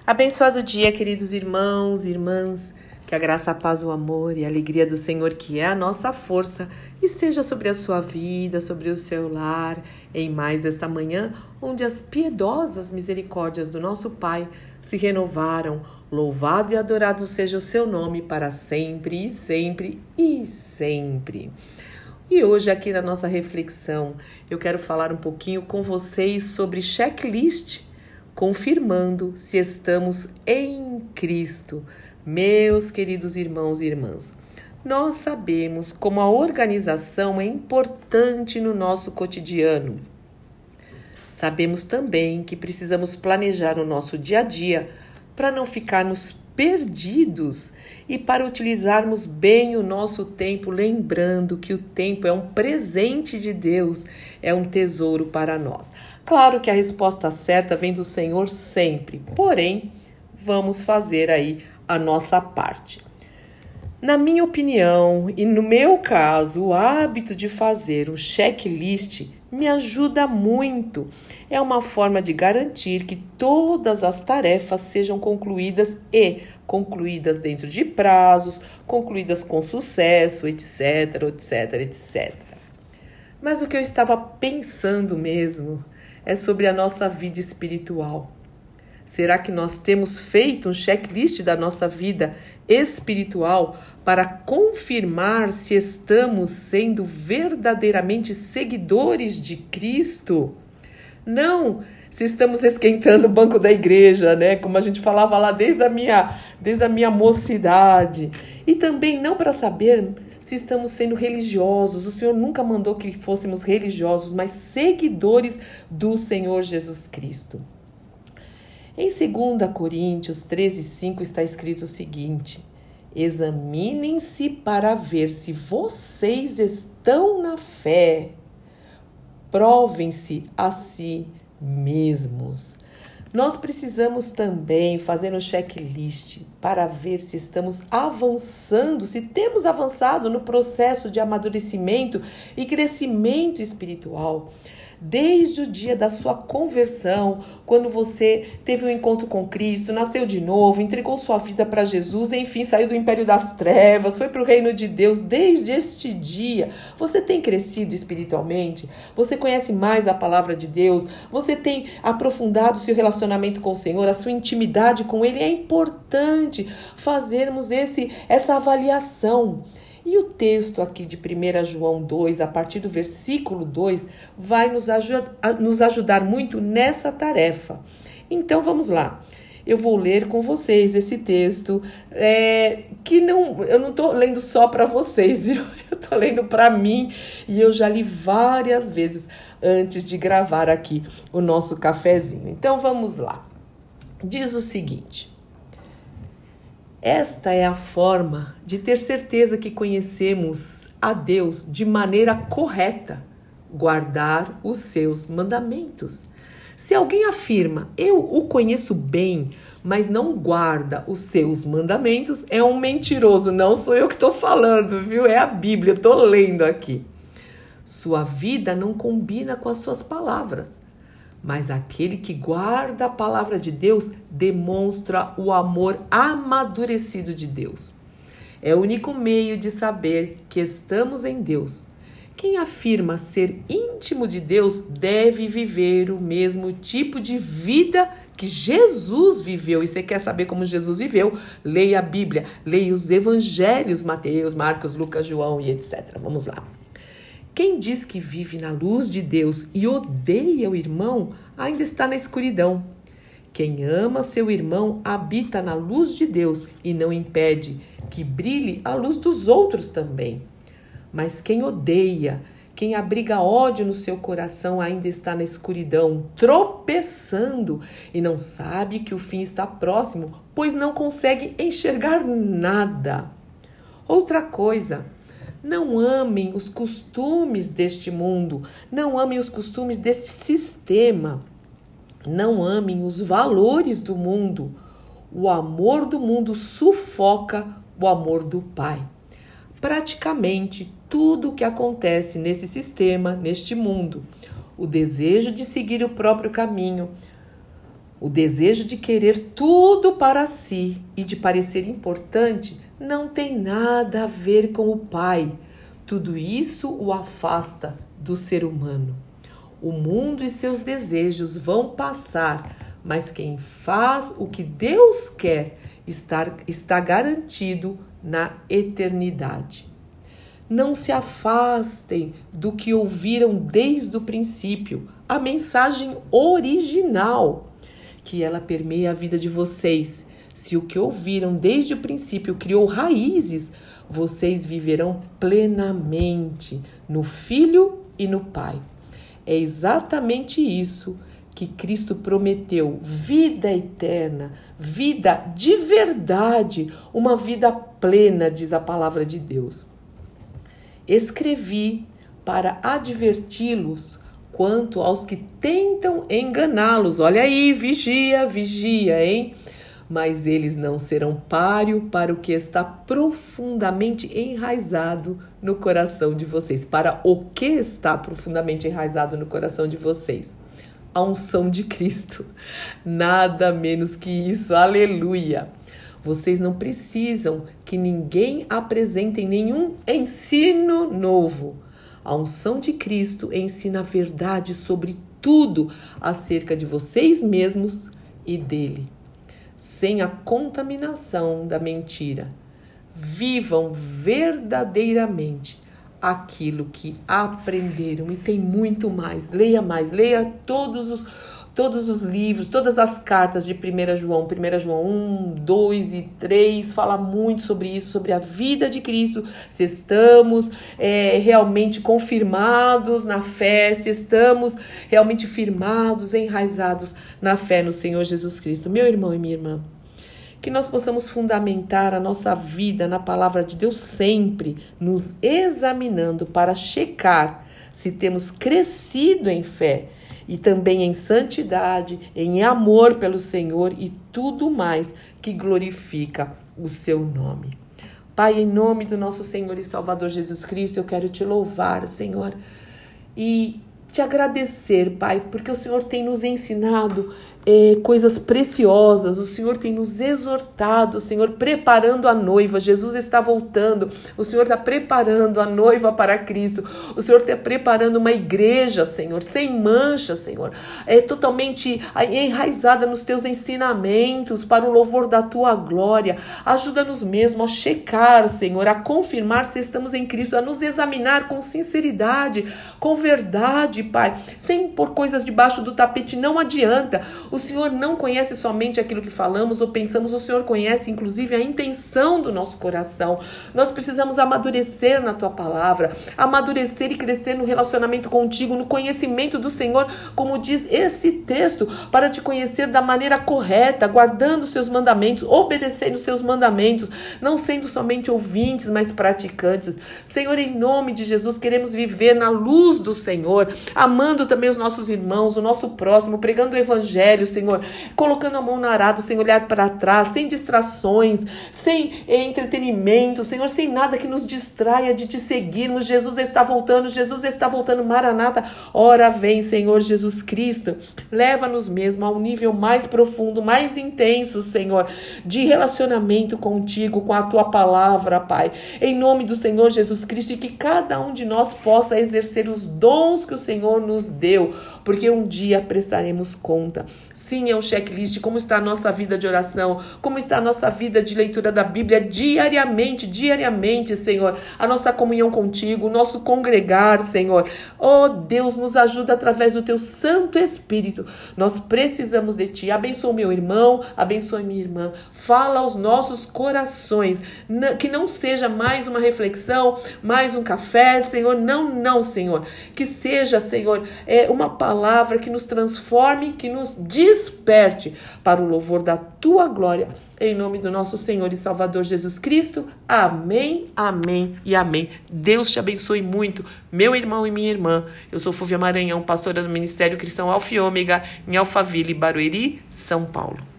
Abençoado dia, queridos irmãos e irmãs, que a graça, a paz, o amor e a alegria do Senhor, que é a nossa força, esteja sobre a sua vida, sobre o seu lar, em mais esta manhã, onde as piedosas misericórdias do nosso Pai se renovaram. Louvado e adorado seja o seu nome para sempre e sempre e sempre. E hoje aqui na nossa reflexão, eu quero falar um pouquinho com vocês sobre checklist, confirmando se estamos em Cristo. Meus queridos irmãos e irmãs, nós sabemos como a organização é importante no nosso cotidiano. Sabemos também que precisamos planejar o nosso dia a dia para não ficarmos perdidos e para utilizarmos bem o nosso tempo, lembrando que o tempo é um presente de Deus, é um tesouro para nós. Claro que a resposta certa vem do Senhor sempre, porém, vamos fazer aí a nossa parte. Na minha opinião e no meu caso, o hábito de fazer um checklist me ajuda muito. É uma forma de garantir que todas as tarefas sejam concluídas dentro de prazos, concluídas com sucesso, etc, etc, etc. Mas o que eu estava pensando mesmo é sobre a nossa vida espiritual. Será que nós temos feito um checklist da nossa vida espiritual para confirmar se estamos sendo verdadeiramente seguidores de Cristo? Não se estamos esquentando o banco da igreja, né? Como a gente falava lá desde a minha mocidade. E também não para saber se estamos sendo religiosos. O Senhor nunca mandou que fôssemos religiosos, mas seguidores do Senhor Jesus Cristo. Em 2 Coríntios 13:5 está escrito o seguinte: examinem-se para ver se vocês estão na fé. Provem-se a si mesmos. Nós precisamos também fazer um checklist para ver se estamos avançando, se temos avançado no processo de amadurecimento e crescimento espiritual. Desde o dia da sua conversão, quando você teve um encontro com Cristo, nasceu de novo, entregou sua vida para Jesus, enfim, saiu do império das trevas, foi para o reino de Deus. Desde este dia, você tem crescido espiritualmente? Você conhece mais a palavra de Deus? Você tem aprofundado o seu relacionamento com o Senhor, a sua intimidade com Ele? É importante fazermos essa avaliação. E o texto aqui de 1 João 2, a partir do versículo 2, vai nos ajudar muito nessa tarefa. Então, vamos lá. Eu vou ler com vocês esse texto, eu não estou lendo só para vocês, viu? Eu estou lendo para mim e eu já li várias vezes antes de gravar aqui o nosso cafezinho. Então, vamos lá. Diz o seguinte: esta é a forma de ter certeza que conhecemos a Deus de maneira correta, guardar os seus mandamentos. Se alguém afirma, eu o conheço bem, mas não guarda os seus mandamentos, é um mentiroso. Não sou eu que estou falando, viu? É a Bíblia, eu estou lendo aqui. Sua vida não combina com as suas palavras. Mas aquele que guarda a palavra de Deus demonstra o amor amadurecido de Deus. É o único meio de saber que estamos em Deus. Quem afirma ser íntimo de Deus deve viver o mesmo tipo de vida que Jesus viveu. E você quer saber como Jesus viveu? Leia a Bíblia, leia os evangelhos, Mateus, Marcos, Lucas, João e etc. Vamos lá. Quem diz que vive na luz de Deus e odeia o irmão, ainda está na escuridão. Quem ama seu irmão habita na luz de Deus e não impede que brilhe a luz dos outros também. Mas quem odeia, quem abriga ódio no seu coração, ainda está na escuridão, tropeçando e não sabe que o fim está próximo, pois não consegue enxergar nada. Outra coisa: não amem os costumes deste mundo, não amem os costumes deste sistema, não amem os valores do mundo. O amor do mundo sufoca o amor do Pai. Praticamente tudo o que acontece nesse sistema, neste mundo, o desejo de seguir o próprio caminho, O desejo de querer tudo para si e de parecer importante não tem nada a ver com o Pai. Tudo isso o afasta do ser humano. O mundo e seus desejos vão passar, mas quem faz o que Deus quer está garantido na eternidade. Não se afastem do que ouviram desde o princípio, a mensagem original, que ela permeia a vida de vocês. Se o que ouviram desde o princípio criou raízes, vocês viverão plenamente no Filho e no Pai. É exatamente isso que Cristo prometeu: vida eterna, vida de verdade, uma vida plena, diz a palavra de Deus. Escrevi para adverti-los quanto aos que tentam enganá-los. Olha aí, vigia, hein? Mas eles não serão páreo para o que está profundamente enraizado no coração de vocês. Para o que está profundamente enraizado no coração de vocês? A unção de Cristo. Nada menos que isso. Aleluia! Vocês não precisam que ninguém apresente nenhum ensino novo. A unção de Cristo ensina a verdade sobre tudo acerca de vocês mesmos e dele, sem a contaminação da mentira. Vivam verdadeiramente aquilo que aprenderam, e tem muito mais. Leia todos os livros, todas as cartas de 1 João 1, 2 e 3, fala muito sobre isso, sobre a vida de Cristo, se estamos realmente confirmados na fé, se estamos realmente firmados, enraizados na fé no Senhor Jesus Cristo. Meu irmão e minha irmã, que nós possamos fundamentar a nossa vida na palavra de Deus sempre, nos examinando para checar se temos crescido em fé, e também em santidade, em amor pelo Senhor e tudo mais que glorifica o seu nome. Pai, em nome do nosso Senhor e Salvador Jesus Cristo, eu quero te louvar, Senhor, e te agradecer, Pai, porque o Senhor tem nos ensinado coisas preciosas, o Senhor tem nos exortado, o Senhor preparando a noiva. Jesus está voltando, o Senhor está preparando a noiva para Cristo, o Senhor está preparando uma igreja, Senhor, sem mancha, Senhor, totalmente enraizada nos teus ensinamentos, para o louvor da tua glória. Ajuda-nos mesmo a checar, Senhor, a confirmar se estamos em Cristo, a nos examinar com sinceridade, com verdade, Pai, sem pôr coisas debaixo do tapete. Não adianta. O Senhor não conhece somente aquilo que falamos ou pensamos, o Senhor conhece inclusive a intenção do nosso coração. Nós precisamos amadurecer na tua palavra, amadurecer e crescer no relacionamento contigo, no conhecimento do Senhor, como diz esse texto, para te conhecer da maneira correta, guardando os seus mandamentos, obedecendo os seus mandamentos, não sendo somente ouvintes, mas praticantes. Senhor, em nome de Jesus, queremos viver na luz do Senhor, amando também os nossos irmãos, o nosso próximo, pregando o evangelho, Senhor, colocando a mão no arado, sem olhar para trás, sem distrações, sem entretenimento, Senhor, sem nada que nos distraia de te seguirmos. Jesus está voltando, Maranata, ora vem, Senhor Jesus Cristo. Leva-nos mesmo ao nível mais profundo, mais intenso, Senhor, de relacionamento contigo, com a tua palavra, Pai, em nome do Senhor Jesus Cristo, e que cada um de nós possa exercer os dons que o Senhor nos deu, porque um dia prestaremos conta. Sim, é um checklist, como está a nossa vida de oração, como está a nossa vida de leitura da Bíblia diariamente, Senhor, a nossa comunhão contigo, o nosso congregar, Senhor. Oh, Deus, nos ajuda através do teu Santo Espírito. Nós precisamos de ti. Abençoa meu irmão, abençoe minha irmã. Fala aos nossos corações, que não seja mais uma reflexão, mais um café, Senhor. Não, Senhor. Que seja, Senhor, uma palavra que nos transforme, que nos desperte para o louvor da tua glória, em nome do nosso Senhor e Salvador Jesus Cristo. Amém, amém e amém. Deus te abençoe muito, meu irmão e minha irmã. Eu sou Fúvia Maranhão, pastora do Ministério Cristão Alfa e Ômega, em Alphaville, Barueri, São Paulo.